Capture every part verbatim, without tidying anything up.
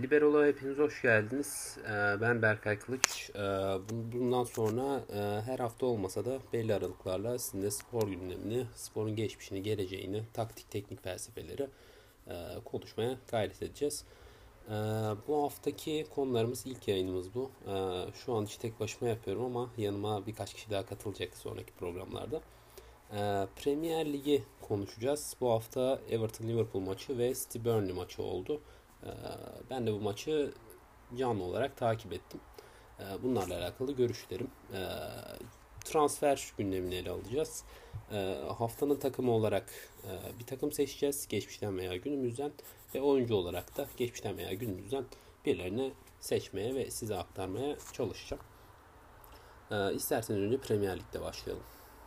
Libero'la hepiniz hoş geldiniz. Ee, Ben Berkay Kılıç. Ee, Bundan sonra e, her hafta olmasa da belli aralıklarla sizinle spor gündemini, sporun geçmişini, geleceğini, taktik, teknik felsefeleri e, konuşmaya gayret edeceğiz. Ee, Bu haftaki konularımız ilk yayınımız bu. Ee, Şu an işi tek başıma yapıyorum ama yanıma birkaç kişi daha katılacak sonraki programlarda. Ee, Premier Ligi konuşacağız. Bu hafta Everton Liverpool maçı ve City Burnley maçı oldu. Ee, Ben de bu maçı canlı olarak takip ettim. Ee, Bunlarla alakalı görüşlerim. Ee, Transfer gündemini ele alacağız. Ee, Haftanın takımı olarak e, bir takım seçeceğiz. Geçmişten veya günümüzden. Ve oyuncu olarak da geçmişten veya günümüzden birilerini seçmeye ve size aktarmaya çalışacağım. Ee, İsterseniz önce Premier Lig'de başlayalım.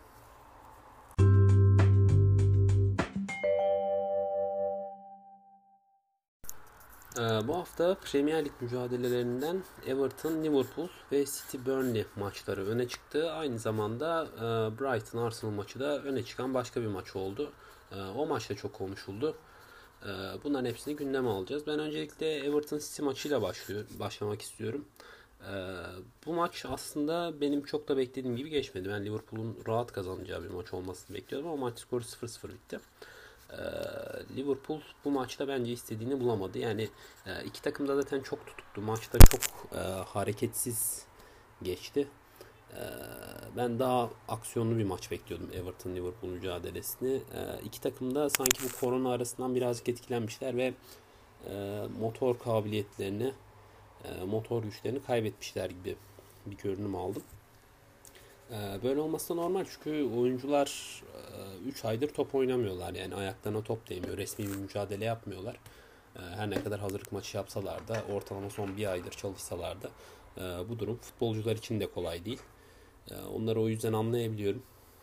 Ee, Bu hafta Premier Lig mücadelelerinden Everton, Liverpool ve City Burnley maçları öne çıktı. Aynı zamanda e, Brighton Arsenal maçı da öne çıkan başka bir maç oldu. E, o maç da çok konuşuldu. E, Bunların hepsini gündeme alacağız. Ben öncelikle Everton City maçıyla başlıyor, başlamak istiyorum. E, Bu maç aslında benim çok da beklediğim gibi geçmedi. Ben Liverpool'un rahat kazanacağı bir maç olmasını bekliyordum ama maç skoru sıfır sıfır bitti. Ee, Liverpool bu maçta bence istediğini bulamadı. Yani e, iki takım da zaten çok tutuktu. Maçta çok e, hareketsiz geçti. E, Ben daha aksiyonlu bir maç bekliyordum Everton-Liverpool mücadelesini. E, iki takım da sanki bu korona arasından birazcık etkilenmişler ve e, motor kabiliyetlerini, e, motor güçlerini kaybetmişler gibi bir görünüm aldım. Ee, Böyle olması da normal çünkü oyuncular üç aydır top oynamıyorlar. Yani ayaklarına top değmiyor. Resmi bir mücadele yapmıyorlar. Ee, Her ne kadar hazırlık maçı yapsalar da ortalama son bir aydır çalışsalar da e, bu durum futbolcular için de kolay değil. Ee, Onları o yüzden anlayabiliyorum.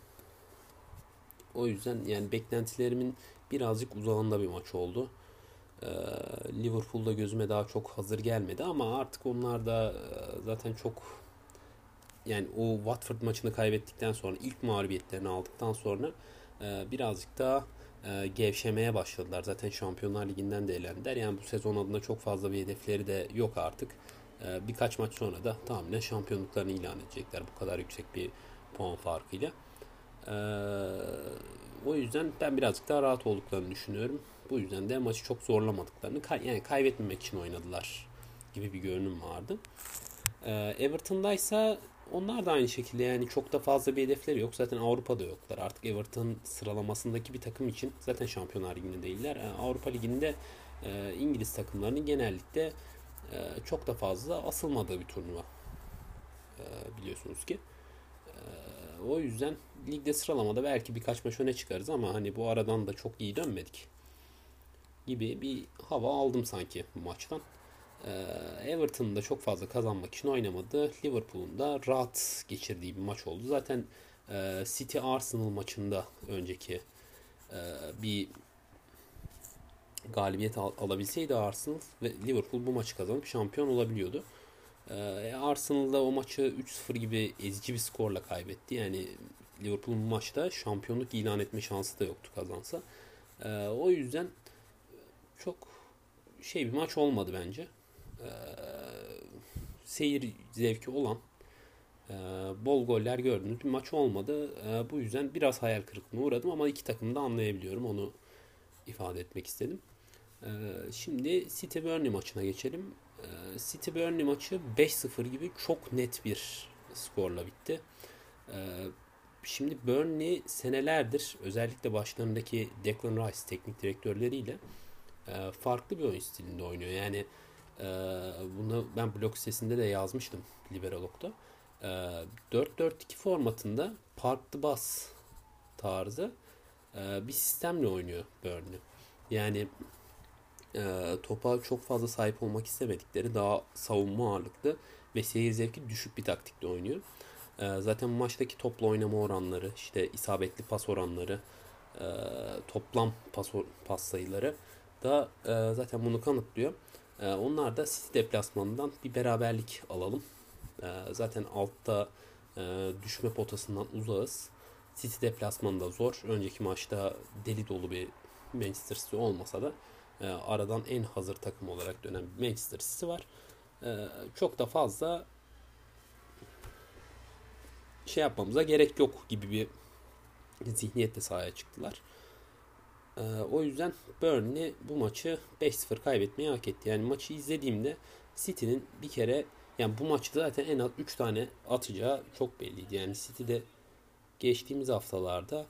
O yüzden yani beklentilerimin birazcık uzağında bir maç oldu. Ee, Liverpool'da gözüme daha çok hazır gelmedi ama artık onlar da e, zaten çok, yani o Watford maçını kaybettikten sonra ilk mağlubiyetlerini aldıktan sonra e, birazcık daha e, gevşemeye başladılar. Zaten Şampiyonlar Ligi'nden de elendiler. Yani bu sezon adına çok fazla bir hedefleri de yok artık. E, birkaç maç sonra da tahminen şampiyonluklarını ilan edecekler bu kadar yüksek bir puan farkıyla. E, O yüzden ben birazcık daha rahat olduklarını düşünüyorum. Bu yüzden de maçı çok zorlamadıklarını, yani kaybetmemek için oynadılar gibi bir görünüm vardı. Ee, Everton'daysa onlar da aynı şekilde, yani çok da fazla bir hedefleri yok. Zaten Avrupa'da yoklar. Artık Everton sıralamasındaki bir takım için zaten Şampiyonlar Ligi'nde değiller. Ee, Avrupa Ligi'nde e, İngiliz takımlarının genellikle e, çok da fazla asılmadığı bir turnuva, e, biliyorsunuz ki. O yüzden ligde sıralamada belki birkaç maç öne çıkarız ama hani bu aradan da çok iyi dönmedik gibi bir hava aldım sanki bu maçtan. Ee, Everton'da çok fazla kazanmak için oynamadı. Liverpool'un da rahat geçirdiği bir maç oldu. Zaten e, City Arsenal maçında önceki e, bir galibiyet al- alabilseydi Arsenal ve Liverpool bu maçı kazanıp şampiyon olabiliyordu. Ee, Arsenal da o maçı üç sıfır gibi ezici bir skorla kaybetti. Yani Liverpool bu maçta şampiyonluk ilan etme şansı da yoktu kazansa. Ee, o yüzden çok şey bir maç olmadı bence. Ee, Seyir zevki olan, e, bol goller gördüğünüz bir maç olmadı. E, bu yüzden biraz hayal kırıklığına uğradım ama iki takımı da anlayabiliyorum. Onu ifade etmek istedim. E, Şimdi City Burnley maçına geçelim. E, City Burnley maçı beş sıfır gibi çok net bir skorla bitti. E, Şimdi Burnley senelerdir özellikle başlarındaki Declan Rice teknik direktörleriyle e, farklı bir oyun stilinde oynuyor. Yani e, bunu ben blog sitesinde de yazmıştım, Liberalog'da. E, dört dört iki formatında park the bus tarzı e, bir sistemle oynuyor Burnley. Yani e, topa çok fazla sahip olmak istemedikleri, daha savunma ağırlıklı ve seyir zevki düşük bir taktikle oynuyor. E, zaten maçtaki topla oynama oranları, işte isabetli pas oranları, e, toplam pas, pas sayıları da e, zaten bunu kanıtlıyor. E, onlar da City deplasmanından bir beraberlik alalım. E, zaten altta e, düşme potasından uzağız. City deplasmanı da zor. Önceki maçta deli dolu bir Manchester City olmasa da e, aradan en hazır takım olarak dönen Manchester City var. E, çok da fazla şey yapmamıza gerek yok gibi bir zihniyetle sahaya çıktılar. E, o yüzden Burnley bu maçı beş sıfır kaybetmeyi hak etti. Yani maçı izlediğimde City'nin bir kere, yani bu maçta zaten en az üç tane atacağı çok belliydi. Yani City'de geçtiğimiz haftalarda,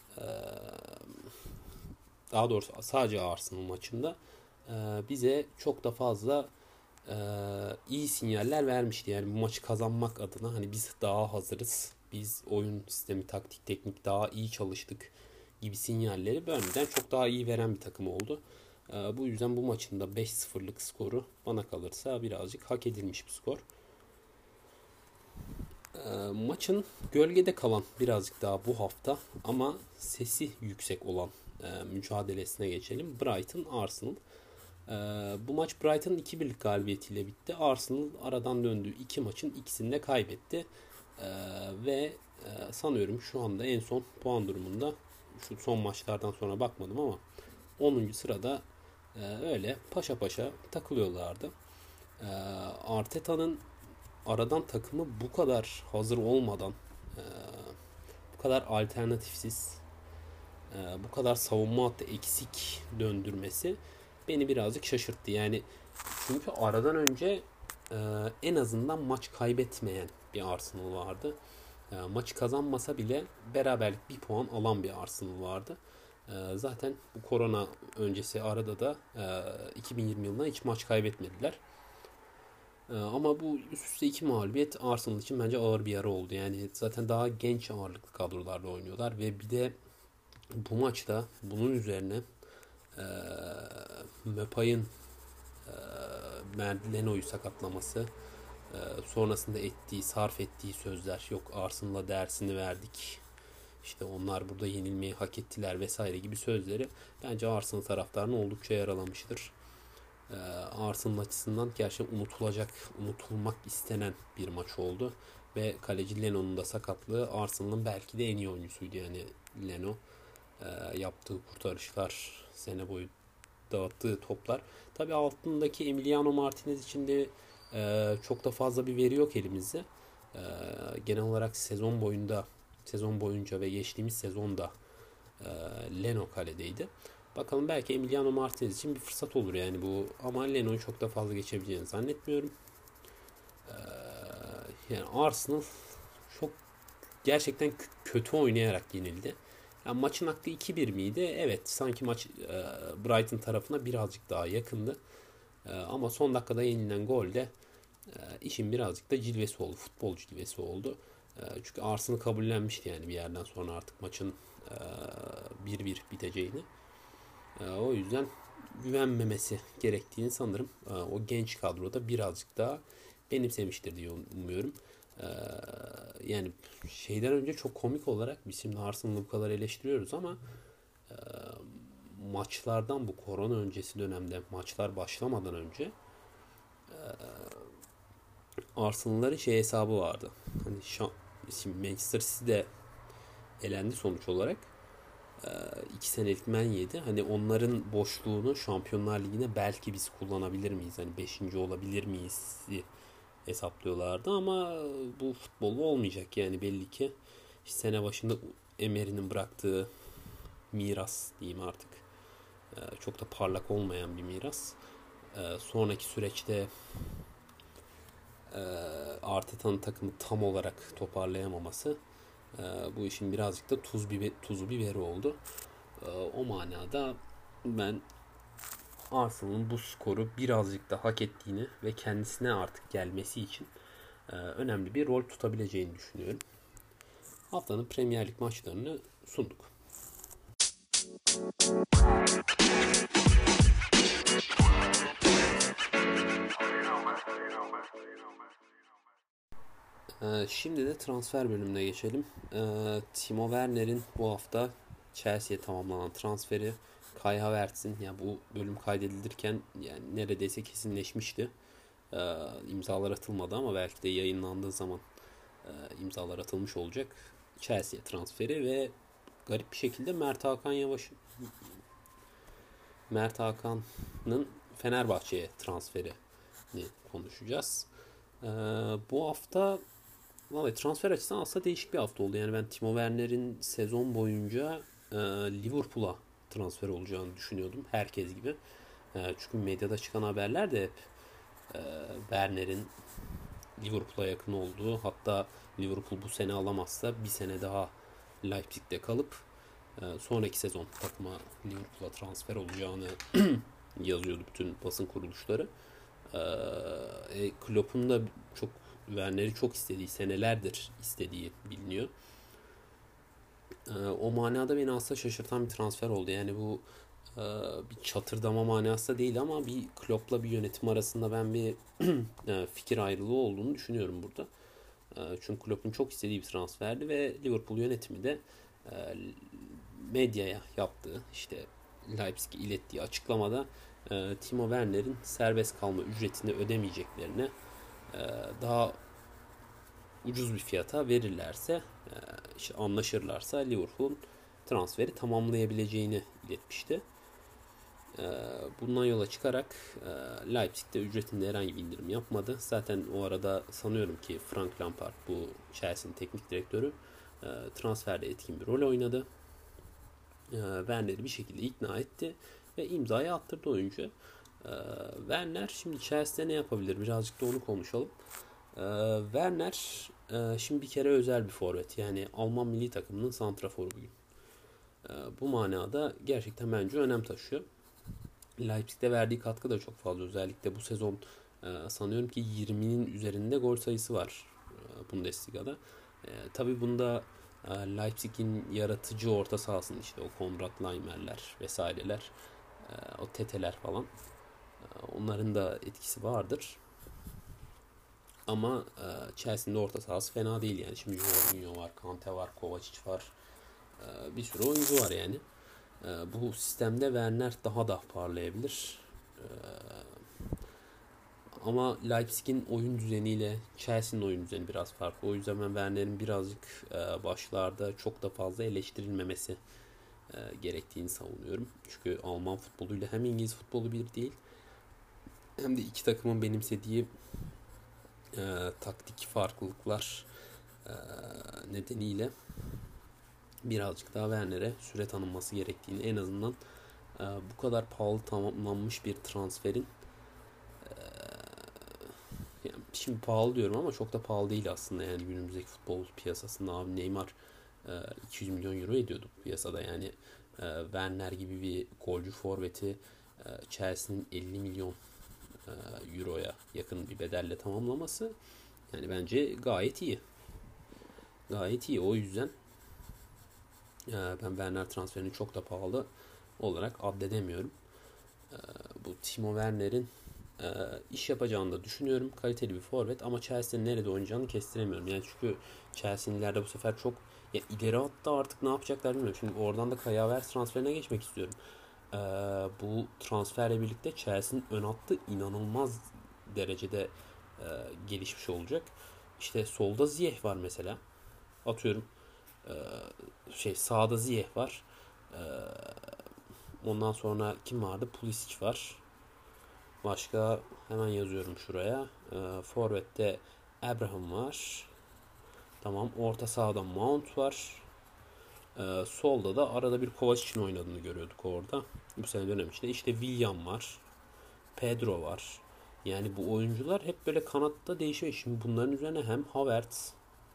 daha doğrusu sadece Arsenal maçında bize çok da fazla iyi sinyaller vermişti. Yani bu maçı kazanmak adına hani biz daha hazırız, biz oyun sistemi, taktik, teknik daha iyi çalıştık gibi sinyalleri Burnley'den çok daha iyi veren bir takım oldu. Bu yüzden bu maçın da beş sıfırlık skoru bana kalırsa birazcık hak edilmiş bir skor. Maçın gölgede kalan birazcık daha bu hafta ama sesi yüksek olan e, mücadelesine geçelim. Brighton Arsenal. E, bu maç Brighton'ın iki birlik galibiyetiyle bitti. Arsenal aradan döndüğü iki maçın ikisini de kaybetti. E, ve e, sanıyorum şu anda en son puan durumunda, şu son maçlardan sonra bakmadım ama onuncu sırada e, öyle paşa paşa takılıyorlardı. E, Arteta'nın aradan takımı bu kadar hazır olmadan, e, bu kadar alternatifsiz, e, bu kadar savunma hattı eksik döndürmesi beni birazcık şaşırttı. Yani çünkü aradan önce e, en azından maç kaybetmeyen bir Arsenal vardı. E, maçı kazanmasa bile beraberlik bir puan alan bir Arsenal vardı. E, zaten bu korona öncesi arada da e, iki bin yirmi yılında hiç maç kaybetmediler. Ee, Ama bu üst üste iki mağlubiyet Arsenal için bence ağır bir yara oldu. Yani zaten daha genç ağırlıklı kadrolarla oynuyorlar ve bir de bu maçta bunun üzerine e, Möpay'ın e, Mert Leno'yu sakatlaması, e, sonrasında ettiği, sarf ettiği sözler, yok Arsenal'a dersini verdik, İşte onlar burada yenilmeyi hak ettiler vesaire gibi sözleri bence Arsenal taraftarını oldukça yaralamıştır. Ee, Arsenal açısından gerçekten unutulacak, unutulmak istenen bir maç oldu. Ve kaleci Leno'nun da sakatlığı Arsenal'ın belki de en iyi oyuncusuydu. Yani Leno e, yaptığı kurtarışlar, sene boyu dağıttığı toplar. Tabii altındaki Emiliano Martinez için de e, çok da fazla bir veri yok elimizde. E, genel olarak sezon boyunda, sezon boyunca ve geçtiğimiz sezonda e, Leno kaledeydi. Bakalım, belki Emiliano Martinez için bir fırsat olur yani bu, ama Leno'yu çok da fazla geçebileceğini zannetmiyorum. Ee, Yani Arsenal çok gerçekten kötü oynayarak yenildi. Yani maçın hakkı iki bir miydi? Evet, sanki maç e, Brighton tarafına birazcık daha yakındı. E, ama son dakikada yenilen gol de e, işin birazcık da cilvesi oldu. Futbol cilvesi oldu. E, çünkü Arsenal kabullenmişti yani bir yerden sonra artık maçın e, bir bir biteceğini. O yüzden güvenmemesi gerektiğini sanırım o genç kadroda birazcık daha benimsemiştir diye umuyorum. Yani şeyden önce çok komik olarak biz şimdi Arsenal'ı bu kadar eleştiriyoruz ama maçlardan, bu korona öncesi dönemde maçlar başlamadan önce Arsenal'ların şey hesabı vardı. Hani şimdi Manchester City'de elendi sonuç olarak. iki senelik men yedi. Hani onların boşluğunu Şampiyonlar Ligi'ne belki biz kullanabilir miyiz? Hani beşinci olabilir miyiz hesaplıyorlardı ama bu futbolu olmayacak yani belli ki. İşte sene başında Emery'nin bıraktığı miras diyeyim artık. Çok da parlak olmayan bir miras. Sonraki süreçte Arteta'nın takımı tam olarak toparlayamaması bu işin birazcık da tuz biber, tuzu biberi oldu. O manada ben Arsenal'ın bu skoru birazcık da hak ettiğini ve kendisine artık gelmesi için önemli bir rol tutabileceğini düşünüyorum. Haftanın Premier Lig maçlarını sunduk. Şimdi de transfer bölümüne geçelim. Timo Werner'in bu hafta Chelsea'ye tamamlanan transferi, Kai Havertz'in, yani bu bölüm kaydedilirken yani neredeyse kesinleşmişti. İmzalar atılmadı ama belki de yayınlandığı zaman imzalar atılmış olacak. Chelsea transferi ve garip bir şekilde Mert Hakan Yavaş Mert Hakan'ın Fenerbahçe'ye transferini konuşacağız. Ee, bu hafta vallahi transfer açısından aslında değişik bir hafta oldu. Yani ben Timo Werner'in sezon boyunca e, Liverpool'a transfer olacağını düşünüyordum. Herkes gibi. E, çünkü medyada çıkan haberler de hep e, Werner'in Liverpool'a yakın olduğu, hatta Liverpool bu sene alamazsa bir sene daha Leipzig'te kalıp e, sonraki sezon takıma Liverpool'a transfer olacağını yazıyordu bütün basın kuruluşları. E, Klopp'un da çok Werner'i çok istediği, senelerdir istediği biliniyor. E, o manada beni aslında şaşırtan bir transfer oldu. Yani bu e, bir çatırdama manası değil ama bir Klopp'la bir yönetim arasında ben bir e, fikir ayrılığı olduğunu düşünüyorum burada. E, çünkü Klopp'un çok istediği bir transferdi ve Liverpool yönetimi de e, medyaya yaptığı, işte Leipzig'e ilettiği açıklamada e, Timo Werner'in serbest kalma ücretini ödemeyeceklerini, e, daha ucuz bir fiyata verirlerse, e, işte anlaşırlarsa Liverpool'un transferi tamamlayabileceğini iletmişti. E, bundan yola çıkarak e, Leipzig'te ücretinde herhangi bir indirim yapmadı. Zaten o arada sanıyorum ki Frank Lampard, bu Chelsea'nin teknik direktörü, e, transferde etkin bir rol oynadı. E, Werner'i bir şekilde ikna etti ve imzayı attırdı oyuncu. E, Werner şimdi Chelsea'de ne yapabilir? Birazcık da onu konuşalım. E, Werner e, şimdi bir kere özel bir forvet. Yani Alman milli takımının santraforu bugün. E, bu manada gerçekten bence önem taşıyor. Leipzig'te verdiği katkı da çok fazla. Özellikle bu sezon e, sanıyorum ki yirminin üzerinde gol sayısı var e, Bundesliga'da. E, tabii bunda e, Leipzig'in yaratıcı orta sahasının, işte o Konrad Laimer'ler vesaireler, e, o Tete'ler falan, e, onların da etkisi vardır. Ama e, Chelsea'nin de orta sahası fena değil yani. Şimdi Jorginho var, Kante var, Kovacic var. E, bir sürü oyuncu var yani. E, bu sistemde Werner daha da parlayabilir. E, ama Leipzig'in oyun düzeniyle Chelsea'nin oyun düzeni biraz farklı. O yüzden ben Werner'in birazcık e, başlarda çok da fazla eleştirilmemesi e, gerektiğini savunuyorum. Çünkü Alman futboluyla hem İngiliz futbolu bir değil, hem de iki takımın benimsediği e, taktik farklılıklar e, nedeniyle birazcık daha Werner'e süre tanınması gerektiğini, en azından e, bu kadar pahalı tamamlanmış bir transferin, yani şimdi pahalı diyorum ama çok da pahalı değil aslında, yani günümüzdeki futbol piyasasında abi Neymar e, iki yüz milyon euro ediyordu piyasada, yani e, Werner gibi bir golcü forveti e, Chelsea'nin elli milyon e, euroya yakın bir bedelle tamamlaması, yani bence gayet iyi. Gayet iyi. O yüzden e, ben Werner transferini çok da pahalı olarak addedemiyorum. E, bu Timo Werner'in e, iş yapacağını da düşünüyorum. Kaliteli bir forvet ama Chelsea'nin nerede oynayacağını kestiremiyorum. Yani çünkü Chelsea'nilerde bu sefer çok, ya ileri hatta artık ne yapacaklar bilmiyorum. Şimdi oradan da Kai Havertz transferine geçmek istiyorum. E, bu transferle birlikte Chelsea'nin ön hattı inanılmaz derecede e, gelişmiş olacak. İşte solda Ziyech var mesela. Atıyorum e, şey sağda Ziyech var. E, ondan sonra kim vardı? Pulisic var. Başka hemen yazıyorum şuraya. E, Forvet'te Abraham var. Tamam. Orta sahada Mount var. E, solda da arada bir Kovacic'in oynadığını görüyorduk orada. Bu sene dönem içinde. İşte William var. Pedro var. Yani bu oyuncular hep böyle kanatta değişiyor. Şimdi bunların üzerine hem Havertz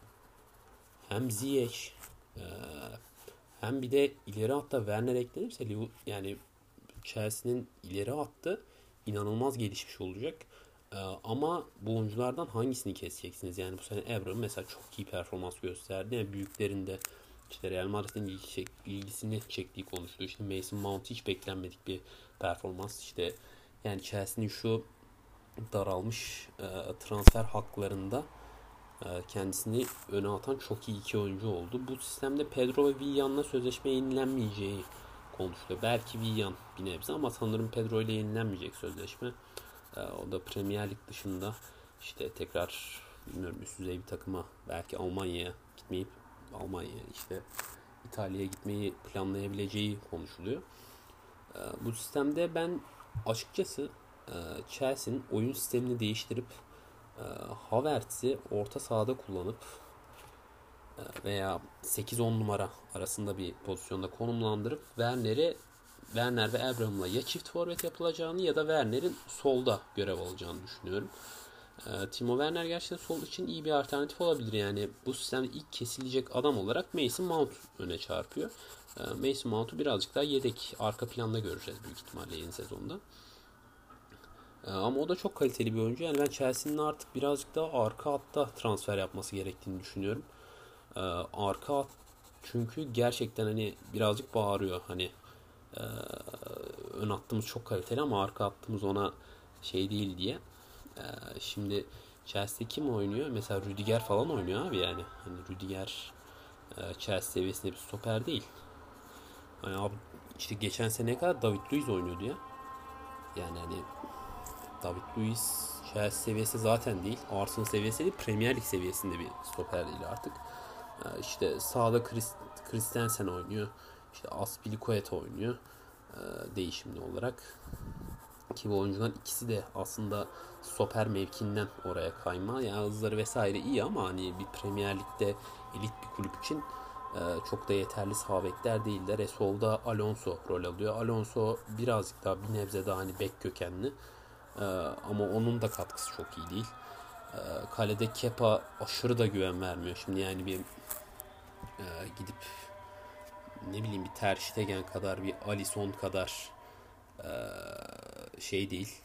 hem Ziyech, e, hem bir de ileri hatta Werner eklenirse, yani Chelsea'nin ileri hattı inanılmaz gelişmiş olacak. Ee, ama bu oyunculardan hangisini keseceksiniz? Yani bu sene Abraham mesela çok iyi performans gösterdi. Yani büyüklerinde işte Real Madrid'in ilgi çek, ilgisini çektiği konuşuluyor. İşte Mason Mount hiç beklenmedik bir performans. İşte yani Chelsea'nin şu daralmış e, transfer haklarında e, kendisini öne atan çok iyi iki oyuncu oldu. Bu sistemde Pedro ve Willian'la sözleşme yenilenmeyeceği konuşuluyor. Belki Willian bir nebze ama sanırım Pedro ile yenilenmeyecek sözleşme. Ee, o da Premier Lig dışında işte tekrar bilmiyorum üst düzey bir takıma, belki Almanya'ya gitmeyip Almanya işte İtalya'ya gitmeyi planlayabileceği konuşuluyor. E, bu sistemde ben açıkçası e, Chelsea'nin oyun sistemini değiştirip e, Havertz'i orta sahada kullanıp e, veya sekiz on numara arasında bir pozisyonda konumlandırıp Werner'i Werner ve Abraham'la ya çift forvet yapılacağını ya da Werner'in solda görev alacağını düşünüyorum. E, Timo Werner gerçekten sol için iyi bir alternatif olabilir. Yani bu sistemde ilk kesilecek adam olarak Mason Mount öne çarpıyor. E, Mason Mount'u birazcık daha yedek arka planda göreceğiz büyük ihtimalle yeni sezonda. E, ama o da çok kaliteli bir oyuncu. Yani ben Chelsea'nin artık birazcık daha arka hatta transfer yapması gerektiğini düşünüyorum. E, arka hat çünkü gerçekten hani birazcık bağırıyor. Hani e, ön hattımız çok kaliteli ama arka hattımız ona şey değil diye. Ee, şimdi Chelsea'de kim oynuyor? Mesela Rüdiger falan oynuyor abi yani. Hani Rüdiger e, Chelsea seviyesinde bir stoper değil. Hani abi işte geçen seneye kadar David Luiz oynuyordu ya. Yani hani David Luiz Chelsea seviyesi zaten değil. Arsenal seviyesi değil. Premier Lig seviyesinde bir stoper değil artık. Ee, işte sağda Christ, Christensen oynuyor. İşte Azpilicueta oynuyor. Ee, değişimli olarak. Ki bu oyuncuların ikisi de aslında stoper mevkiinden oraya kayma. Yani hızları vesaire iyi ama hani bir Premier Lig'de elit bir kulüp için e, çok da yeterli sağ bekler değiller. E solda Alonso rol alıyor. Alonso birazcık daha bir nebze daha hani bek kökenli. E, ama onun da katkısı çok iyi değil. E, kalede Kepa aşırı da güven vermiyor. Şimdi yani bir e, gidip ne bileyim bir Ter Stegen kadar bir Alisson kadar e, şey değil,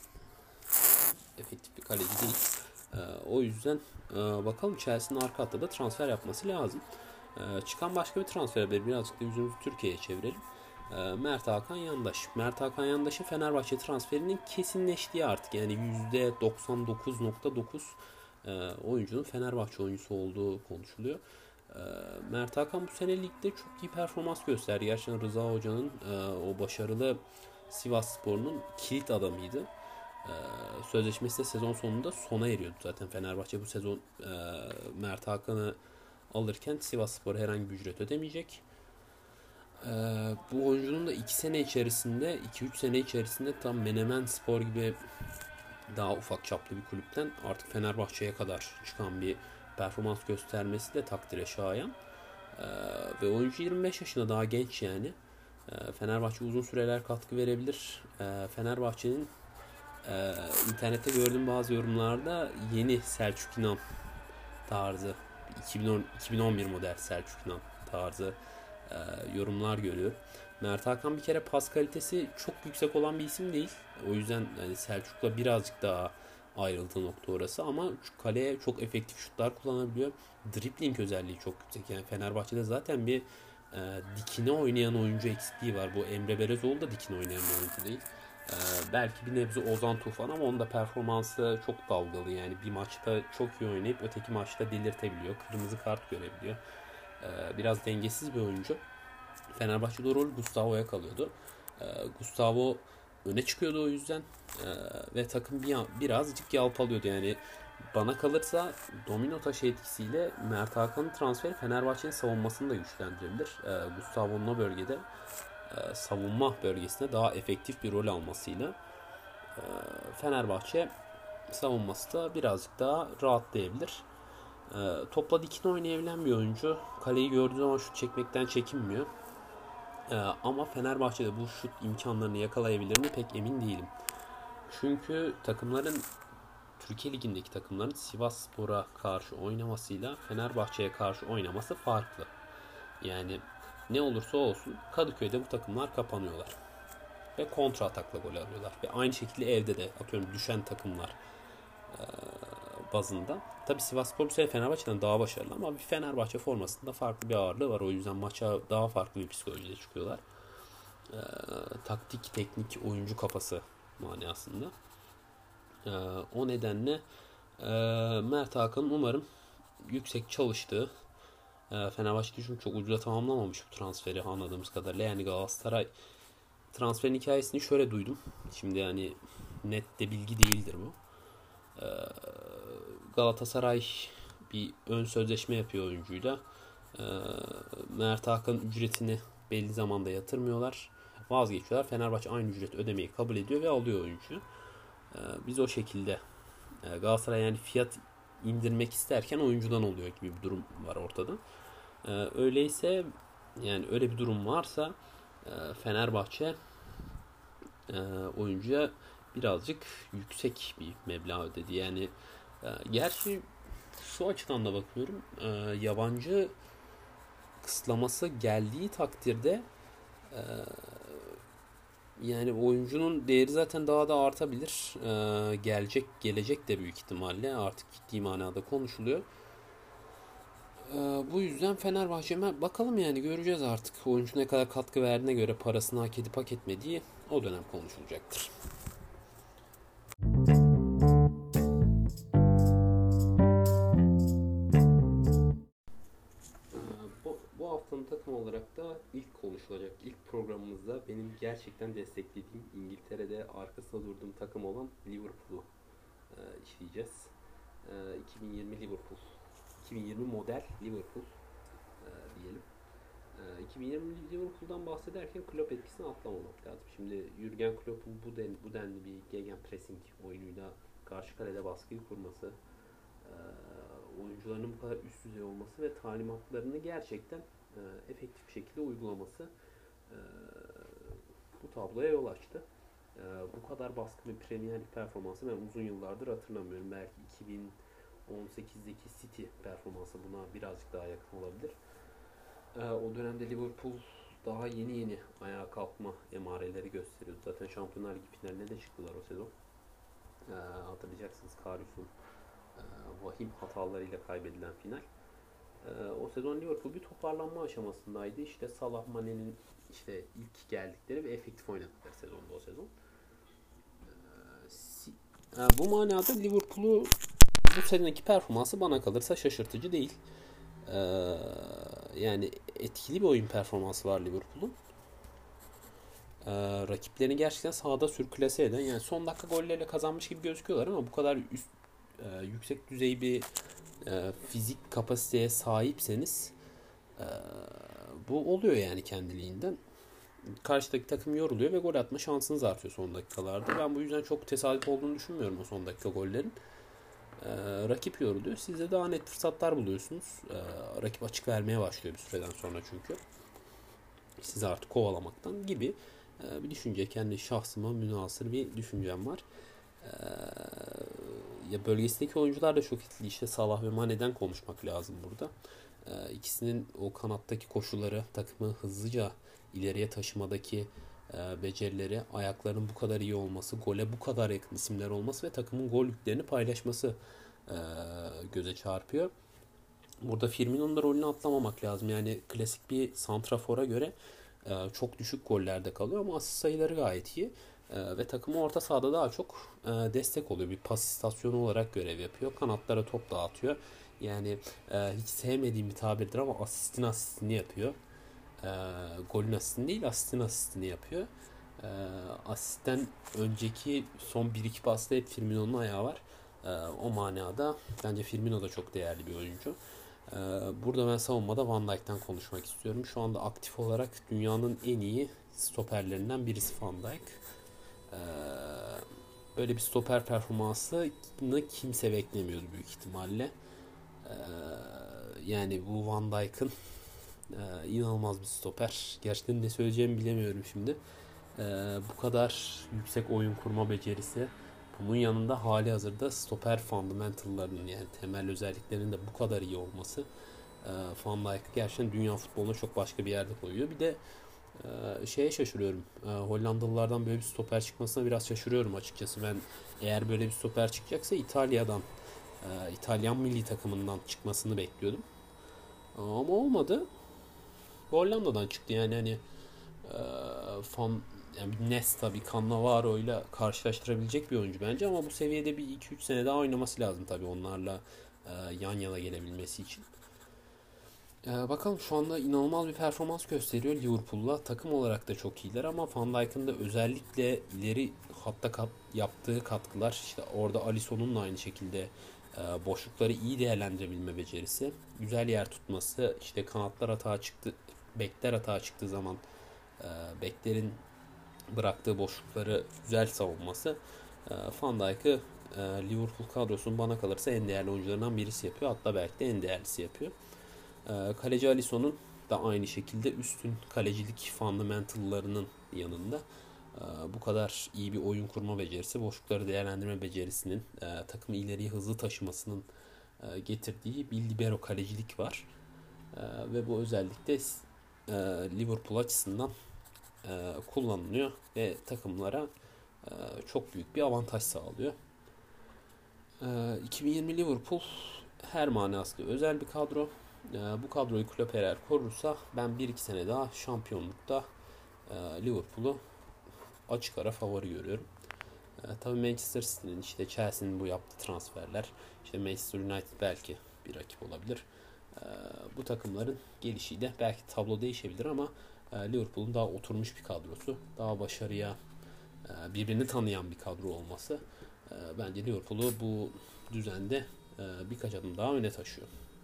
efektif bir kaleci değil. Ee, o yüzden e, bakalım Chelsea'nin arka hatta da transfer yapması lazım. Ee, çıkan başka bir transfer haberi, birazcık da yüzümüzü Türkiye'ye çevirelim. Ee, Mert Hakan Yandaş. Mert Hakan Yandaş'ın Fenerbahçe transferinin kesinleştiği artık yani yüzde doksan dokuz nokta dokuz e, oyuncunun Fenerbahçe oyuncusu olduğu konuşuluyor. E, Mert Hakan bu sene ligde çok iyi performans gösterdi. Gerçekten Rıza Hoca'nın e, o başarılı Sivasspor'un kilit adamıydı. Ee, sözleşmesi de sezon sonunda sona eriyordu zaten. Fenerbahçe bu sezon e, Mert Hakan'ı alırken Sivasspor herhangi bir ücret ödemeyecek. Ee, bu oyuncunun da iki sene içerisinde, iki üç sene içerisinde tam Menemen Spor gibi daha ufak çaplı bir kulüpten artık Fenerbahçe'ye kadar çıkan bir performans göstermesi de takdire şayan. Ee, ve oyuncu yirmi beş yaşında, daha genç yani. Ee, Fenerbahçe uzun süreler katkı verebilir. Ee, Fenerbahçe'nin Ee, internette gördüğüm bazı yorumlarda yeni Selçuk İnan tarzı iki bin on, iki bin on bir model Selçuk İnan tarzı e, yorumlar görüyor. Mert Hakan bir kere pas kalitesi çok yüksek olan bir isim değil. O yüzden yani Selçuk'la birazcık daha ayrıldığı nokta orası ama şu kaleye çok efektif şutlar kullanabiliyor. Dribbling özelliği çok yüksek. Yani Fenerbahçe'de zaten bir e, dikine oynayan oyuncu eksikliği var. Bu Emre Belezoğlu da dikine oynayan bir oyuncu değil. Ee, belki bir nebze Ozan Tufan ama onun da performansı çok dalgalı. Yani bir maçta çok iyi oynayıp öteki maçta delirtebiliyor. Kırmızı kart görebiliyor. Ee, biraz dengesiz bir oyuncu. Fenerbahçe'de rol Gustavo'ya kalıyordu. Ee, Gustavo öne çıkıyordu o yüzden. Ee, ve takım bir, birazcık yalpalıyordu. Yani bana kalırsa domino taşı etkisiyle Mert Hakan'ın transferi Fenerbahçe'nin savunmasını da güçlendirebilir. Ee, Gustavo'nun o bölgede e, savunma bölgesinde daha efektif bir rol almasıyla e, Fenerbahçe savunması da birazcık daha rahatlayabilir. E, topla dikine oynayabilen bir oyuncu. Kaleyi gördüğü zaman şut çekmekten çekinmiyor. E, ama Fenerbahçe'de bu şut imkanlarını yakalayabilir mi pek emin değilim. Çünkü takımların, Türkiye Ligi'ndeki takımların Sivasspor'a karşı oynamasıyla Fenerbahçe'ye karşı oynaması farklı. Yani ne olursa olsun Kadıköy'de bu takımlar kapanıyorlar. Ve kontra atakla gol alıyorlar. Ve aynı şekilde evde de atıyorum düşen takımlar e, bazında. Tabi Sivasspor bu sene Fenerbahçe'den daha başarılı ama bir Fenerbahçe formasında farklı bir ağırlığı var. O yüzden maça daha farklı bir psikolojide çıkıyorlar. E, taktik, teknik, oyuncu kafası manasında. E, o nedenle e, Mert Hakan'ın umarım yüksek çalıştığı, e, Fenerbahçe çünkü çok ucuza tamamlamamış bu transferi anladığımız kadarıyla. Yani Galatasaray transferin hikayesini şöyle duydum. Şimdi yani net de bilgi değildir bu. Ee, Galatasaray bir ön sözleşme yapıyor oyuncuyla. Ee, Mert Hakan'ın ücretini belli zamanda yatırmıyorlar. vazgeçiyorlar. Fenerbahçe aynı ücreti ödemeyi kabul ediyor ve alıyor oyuncuyu. Ee, biz o şekilde e, Galatasaray yani fiyat indirmek isterken oyuncudan oluyor gibi bir durum var ortada. Ee, öyleyse yani öyle bir durum varsa e, Fenerbahçe e, oyuncuya birazcık yüksek bir meblağ ödedi. Yani e, gerçi şu açıdan da bakıyorum. E, yabancı kısıtlaması geldiği takdirde e, yani oyuncunun değeri zaten daha da artabilir. E, gelecek gelecek de büyük ihtimalle artık ciddi manada konuşuluyor. E, bu yüzden Fenerbahçe'me bakalım yani göreceğiz artık. Oyuncu ne kadar katkı verdiğine göre parasını hak edip hak etmediği o dönem konuşulacaktır. Bu, bu haftanın takım olarak da ilk konuşulacak, ilk programımızda benim gerçekten desteklediğim İngiltere'de arkasında durduğum takım olan Liverpool'u e, işleyeceğiz. E, iki bin yirmi Liverpool, iki bin yirmi model Liverpool e, diyelim. E, iki bin yirmi Liverpool'dan bahsederken Klopp etkisini atlamamak lazım. Şimdi Jürgen Klopp'un bu, den, bu denli bir gegenpressing oyunuyla karşı kalede baskıyı kurması, e, oyuncularının bu kadar üst düzey olması ve talimatlarını gerçekten e, efektif bir şekilde uygulaması e, bu tabloya yol açtı. E, bu kadar baskın bir Premier Lig performansı ben uzun yıllardır hatırlamıyorum. Belki iki bin on sekizdeki City performansı buna birazcık daha yakın olabilir. E, o dönemde Liverpool daha yeni yeni ayağa kalkma emareleri gösteriyordu. Zaten Şampiyonlar Ligi finaline de çıktılar o sezon. E, hatırlayacaksınız Karius'un e, vahim hatalarıyla kaybedilen final. E, o sezon Liverpool bir toparlanma aşamasındaydı. İşte Salah, Mane'nin işte ilk geldikleri ve efektif oynadıkları sezonda o sezon. E, si, e, bu manada Liverpool'u bu seneki performansı bana kalırsa şaşırtıcı değil. E, yani etkili bir oyun performansı var Liverpool'un. E, rakiplerini gerçekten sahada sürklase eden yani son dakika golleriyle kazanmış gibi gözüküyorlar ama bu kadar üst e, yüksek düzey bir e, fizik kapasiteye sahipseniz e, bu oluyor yani kendiliğinden. Karşıdaki takım yoruluyor ve gol atma şansınız artıyor son dakikalarda. Ben bu yüzden çok tesadüf olduğunu düşünmüyorum o son dakika gollerin. E, rakip yoruluyor. Siz de daha net fırsatlar buluyorsunuz. E, rakip açık vermeye başlıyor bir süreden sonra çünkü. Sizi artık kovalamaktan gibi e, bir düşünce. Kendi şahsıma münhasır bir düşüncem var. E, ya bölgesindeki oyuncular da çok etkili. İşte Salah ve Mane'den konuşmak lazım burada. E, ikisinin o kanattaki koşuları, takımı hızlıca ileriye taşımadaki e, becerileri, ayaklarının bu kadar iyi olması, gole bu kadar yakın isimler olması ve takımın gol yüklerini paylaşması e, göze çarpıyor. Burada Firmino'nun da rolünü atlamamak lazım. Yani klasik bir santrafora göre e, çok düşük gollerde kalıyor ama asist sayıları gayet iyi. E, ve takımı orta sahada daha çok e, destek oluyor. Bir pas istasyonu olarak görev yapıyor. Kanatlara top dağıtıyor. Yani e, hiç sevmediğim bir tabirdir ama asistin asistini yapıyor. E, golün asistini değil asistin asistini yapıyor. E, asisten önceki son bir iki pasta hep Firmino'nun ayağı var. E, o manada bence Firmino da çok değerli bir oyuncu. E, burada ben savunmada Van Dijk'ten konuşmak istiyorum. Şu anda aktif olarak dünyanın en iyi stoperlerinden birisi Van Dijk. E, böyle bir stoper performansını kimse beklemiyordu büyük ihtimalle. E, yani bu Van Dijk'ın e, inanılmaz bir stoper. Gerçekten ne söyleyeceğimi bilemiyorum şimdi. E, bu kadar yüksek oyun kurma becerisi. Bunun yanında hali hazırda stoper fundamentallarının yani temel özelliklerinin de bu kadar iyi olması e, Van Dijk'ı gerçekten dünya futboluna çok başka bir yerde koyuyor. Bir de e, şeye şaşırıyorum. E, Hollandalılardan böyle bir stoper çıkmasına biraz şaşırıyorum açıkçası. Ben eğer böyle bir stoper çıkacaksa İtalya'dan, e, İtalyan milli takımından çıkmasını bekliyordum. Ama olmadı. Hollanda'dan çıktı yani hani e, Van yani bir Nesta, bir Cannavaro ile karşılaştırabilecek bir oyuncu bence ama bu seviyede bir iki üç sene daha oynaması lazım tabii onlarla e, yan yana gelebilmesi için. E, bakalım şu anda inanılmaz bir performans gösteriyor Liverpool'la. Takım olarak da çok iyiler ama Van Dijk'ın da özellikle ileri hatta kat, yaptığı katkılar işte orada Alisson'un da aynı şekilde e, boşlukları iyi değerlendirebilme becerisi, güzel yer tutması, işte kanatlar hata çıktı, bekler hata çıktığı zaman e, beklerin bıraktığı boşlukları güzel savunması e, Van Dijk'ı e, Liverpool kadrosunun bana kalırsa en değerli oyuncularından birisi yapıyor. Hatta belki de en değerlisi yapıyor. E, kaleci Alisson'un da aynı şekilde üstün kalecilik fundamentallarının yanında e, bu kadar iyi bir oyun kurma becerisi, boşlukları değerlendirme becerisinin, e, takımı ileriye hızlı taşımasının e, getirdiği bir libero kalecilik var. E, ve bu özellikle e, Liverpool açısından e, kullanılıyor ve takımlara e, çok büyük bir avantaj sağlıyor. E, iki bin yirmi Liverpool her manasıyla özel bir kadro. E, bu kadroyu Klopp eğer korursa ben bir iki sene daha şampiyonlukta e, Liverpool'u açık ara favori görüyorum. E, tabii Manchester City'nin, işte Chelsea'nin bu yaptığı transferler, işte Manchester United belki bir rakip olabilir. E, bu takımların gelişiyle belki tablo değişebilir ama e, Liverpool'un daha oturmuş bir kadrosu, daha başarıya e, birbirini tanıyan bir kadro olması e, bence Liverpool'u bu düzende e, birkaç adım daha öne taşıyor.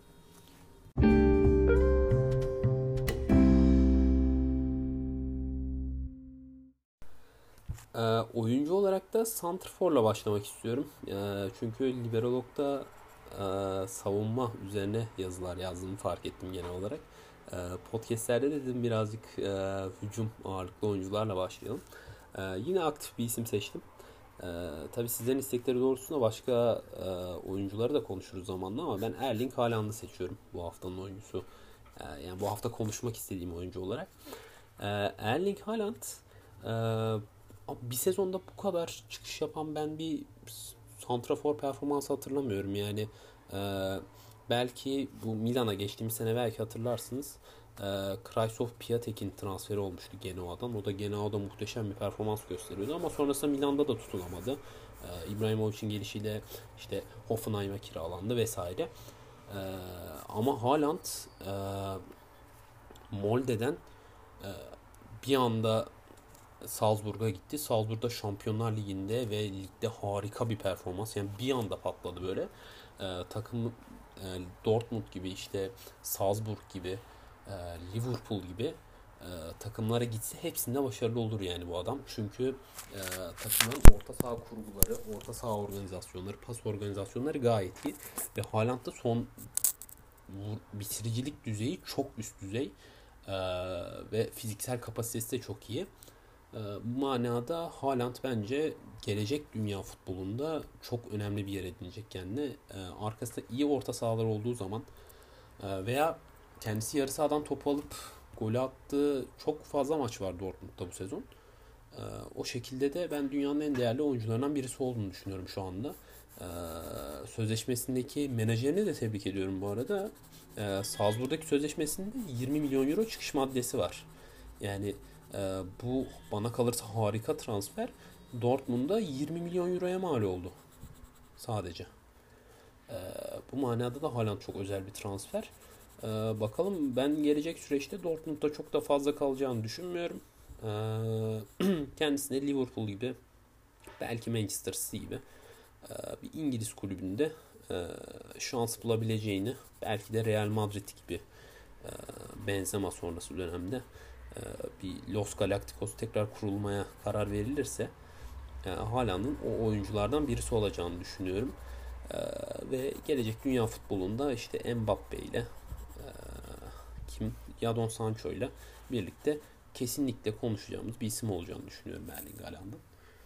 E, oyuncu olarak da santrforla başlamak istiyorum. E, çünkü liberologda e, savunma üzerine yazılar yazdığımı fark ettim genel olarak. E, podcastlerde de dedim birazcık e, hücum ağırlıklı oyuncularla başlayalım. E, yine aktif bir isim seçtim. Ee, tabii sizlerin istekleri doğrultusunda başka e, oyuncuları da konuşuruz zamanla ama ben Erling Haaland'ı seçiyorum bu haftanın oyuncusu. Ee, yani bu hafta konuşmak istediğim oyuncu olarak. Ee, Erling Haaland e, bir sezonda bu kadar çıkış yapan ben bir santrafor performansı hatırlamıyorum. Yani e, belki bu Milan'a geçtiğimiz sene belki hatırlarsınız. E, Krajov Piatek'in transferi olmuştu Genoa'dan. O da Genoa'da muhteşem bir performans gösteriyordu ama sonrasında Milan'da da tutunamadı. E, İbrahimovic'in gelişiyle işte Hoffenheim'a kiralandı vesaire. E, ama Haaland e, Molde'den e, bir anda Salzburg'a gitti. Salzburg'da Şampiyonlar Ligi'nde ve ligde harika bir performans. Yani bir anda patladı böyle. E, takım e, Dortmund gibi, işte Salzburg gibi, e, Liverpool gibi e, takımlara gitse hepsinde başarılı olur yani bu adam. Çünkü e, takımın orta saha kurguları, orta saha organizasyonları, pas organizasyonları gayet iyi. Ve Haaland da son bitiricilik düzeyi çok üst düzey. E, ve fiziksel kapasitesi de çok iyi. Ee, Bu manada Haaland bence gelecek dünya futbolunda çok önemli bir yer edinecek kendine. Ee, Arkasında iyi orta sahalar olduğu zaman e, veya kendisi yarı sahadan topu alıp golü attığı çok fazla maç var Dortmund'da bu sezon. Ee, O şekilde de ben dünyanın en değerli oyuncularından birisi olduğunu düşünüyorum şu anda. Ee, Sözleşmesindeki menajerini de tebrik ediyorum bu arada. Ee, Salzburg'daki sözleşmesinde yirmi milyon euro çıkış maddesi var. Yani e, bu bana kalırsa harika transfer. Dortmund'a yirmi milyon euroya mal oldu sadece. E, Bu manada da Haaland çok özel bir transfer. E, bakalım, ben gelecek süreçte Dortmund'da çok da fazla kalacağını düşünmüyorum. E, Kendisine Liverpool gibi, belki Manchester City gibi e, bir İngiliz kulübünde e, şans bulabileceğini, belki de Real Madrid gibi e, Benzema sonrası dönemde e, bir Los Galacticos tekrar kurulmaya karar verilirse e, Haaland'ın o oyunculardan birisi olacağını düşünüyorum. E, Ve gelecek dünya futbolunda işte Mbappe ile e, kim Jadon Sancho ile birlikte kesinlikle konuşacağımız bir isim olacağını düşünüyorum Erling Haaland'ın.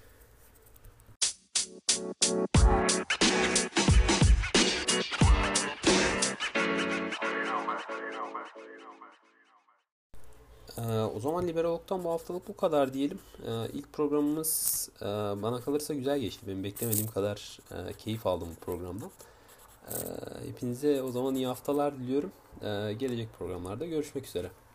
Ee, o zaman Liberalog'dan bu haftalık bu kadar diyelim. Ee, ilk programımız e, bana kalırsa güzel geçti. Benim beklemediğim kadar e, keyif aldım bu programdan. Ee, hepinize o zaman iyi haftalar diliyorum. Ee, gelecek programlarda görüşmek üzere.